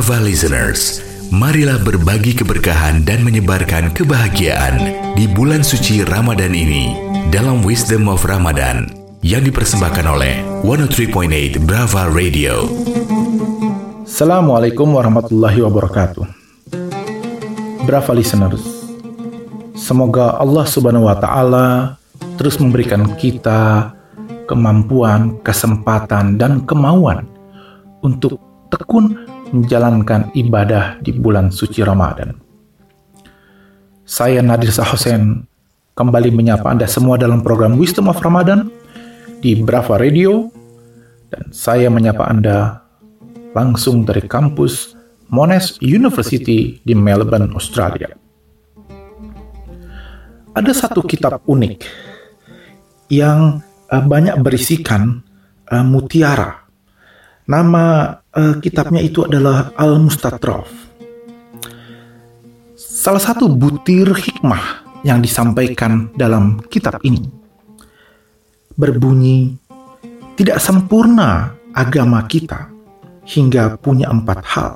Brava listeners, marilah berbagi keberkahan dan menyebarkan kebahagiaan di bulan suci Ramadan ini dalam Wisdom of Ramadan yang dipersembahkan oleh 103.8 Brava Radio. Assalamualaikum warahmatullahi wabarakatuh. Brava listeners, semoga Allah Subhanahu wa Ta'ala terus memberikan kita kemampuan, kesempatan, dan kemauan untuk tekun menjalankan ibadah di bulan suci Ramadan. Saya Nadir Sahosen kembali menyapa Anda semua dalam program Wisdom of Ramadan di Brava Radio, dan saya menyapa Anda langsung dari kampus Monash University di Melbourne, Australia. Ada satu kitab unik yang banyak berisikan mutiara. Nama kitabnya itu adalah Al-Mustatraf. Salah satu butir hikmah yang disampaikan dalam kitab ini berbunyi, tidak sempurna agama kita hingga punya 4 hal.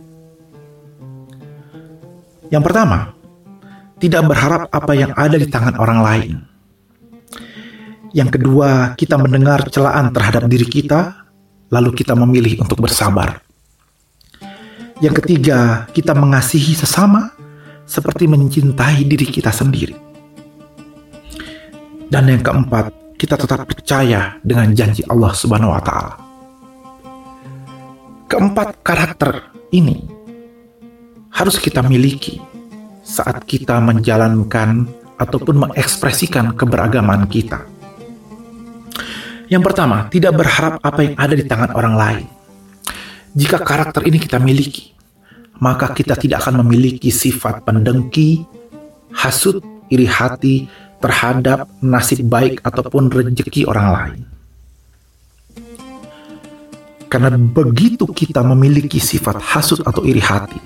Yang pertama, tidak berharap apa yang ada di tangan orang lain. Yang kedua, kita mendengar celaan terhadap diri kita, lalu kita memilih untuk bersabar. Yang ketiga, kita mengasihi sesama seperti mencintai diri kita sendiri. Dan yang keempat, kita tetap percaya dengan janji Allah Subhanahu wa Ta'ala. Keempat karakter ini harus kita miliki saat kita menjalankan ataupun mengekspresikan keberagaman kita. Yang pertama, tidak berharap apa yang ada di tangan orang lain. Jika karakter ini kita miliki, maka kita tidak akan memiliki sifat pendengki, hasut, iri hati terhadap nasib baik ataupun rezeki orang lain. Karena begitu kita memiliki sifat hasut atau iri hati,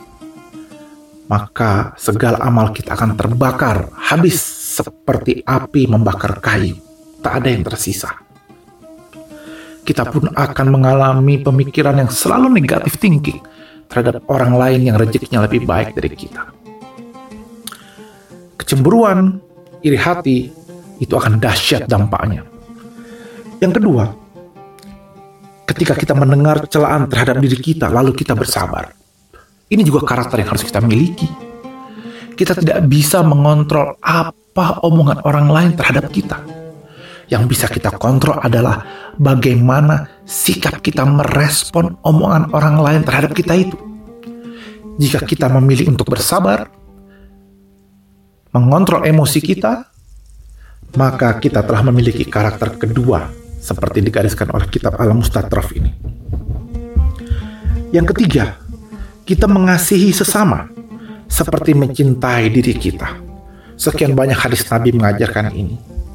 maka segala amal kita akan terbakar habis seperti api membakar kayu. Tak ada yang tersisa. Kita pun akan mengalami pemikiran yang selalu negatif thinking terhadap orang lain yang rezekinya lebih baik dari kita. Kecemburuan, iri hati, itu akan dahsyat dampaknya. Yang kedua, ketika kita mendengar celaan terhadap diri kita, lalu kita bersabar. Ini juga karakter yang harus kita miliki. Kita tidak bisa mengontrol apa omongan orang lain terhadap kita. Yang bisa kita kontrol adalah bagaimana sikap kita merespon omongan orang lain terhadap kita itu. Jika kita memilih untuk bersabar, mengontrol emosi kita, maka kita telah memiliki karakter kedua seperti digariskan oleh kitab Al-Mustatraf ini. Yang ketiga, kita mengasihi sesama seperti mencintai diri kita. Sekian banyak hadis Nabi mengajarkan ini.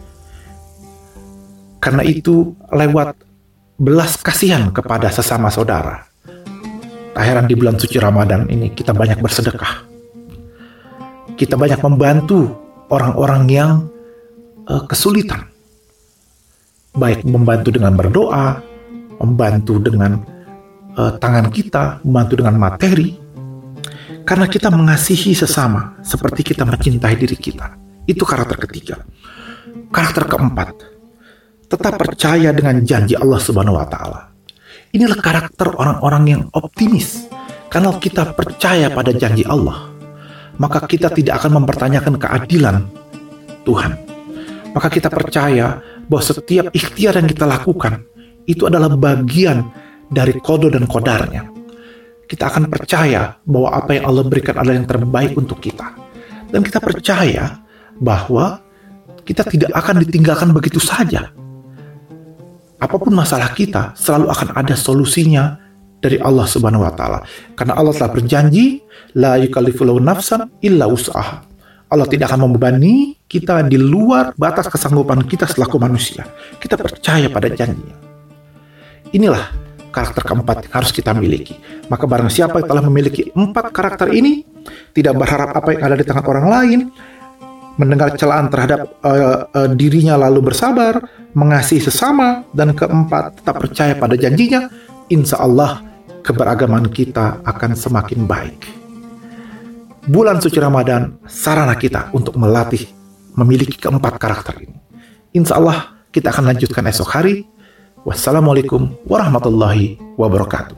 Karena itu, lewat belas kasihan kepada sesama saudara. Tak heran di bulan suci Ramadan ini kita banyak bersedekah. Kita banyak membantu orang-orang yang kesulitan. Baik membantu dengan berdoa, membantu dengan tangan kita, membantu dengan materi. Karena kita mengasihi sesama seperti kita mencintai diri kita. Itu karakter ketiga. Karakter keempat, tetap percaya dengan janji Allah Subhanahu wa Ta'ala. Inilah karakter orang-orang yang optimis. Karena kita percaya pada janji Allah, maka kita tidak akan mempertanyakan keadilan Tuhan. Maka kita percaya bahwa setiap ikhtiar yang kita lakukan itu adalah bagian dari qada dan qadarnya. Kita akan percaya bahwa apa yang Allah berikan adalah yang terbaik untuk kita. Dan kita percaya bahwa kita tidak akan ditinggalkan begitu saja. Apapun masalah kita, selalu akan ada solusinya dari Allah Subhanahu wa Ta'ala. Karena Allah telah berjanji, la yukallifullahu nafsan illa wus'aha. Allah tidak akan membebani kita di luar batas kesanggupan kita selaku manusia. Kita percaya pada janjinya. Inilah karakter keempat yang harus kita miliki. Maka barang siapa yang telah memiliki 4 karakter ini, tidak berharap apa yang ada di tangan orang lain, mendengar celaan terhadap dirinya lalu bersabar, mengasihi sesama, dan keempat, tetap percaya pada janjinya, insya Allah keberagaman kita akan semakin baik. Bulan suci Ramadan, sarana kita untuk melatih memiliki keempat karakter ini. Insya Allah kita akan lanjutkan esok hari. Wassalamualaikum warahmatullahi wabarakatuh.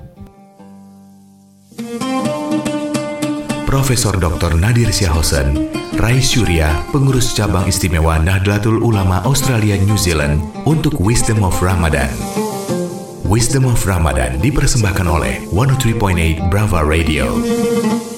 Profesor Dr. Nadir Syahosen, Rais Syuriah, Pengurus Cabang Istimewa Nahdlatul Ulama Australia New Zealand untuk Wisdom of Ramadan. Wisdom of Ramadan dipersembahkan oleh 103.8 Brava Radio.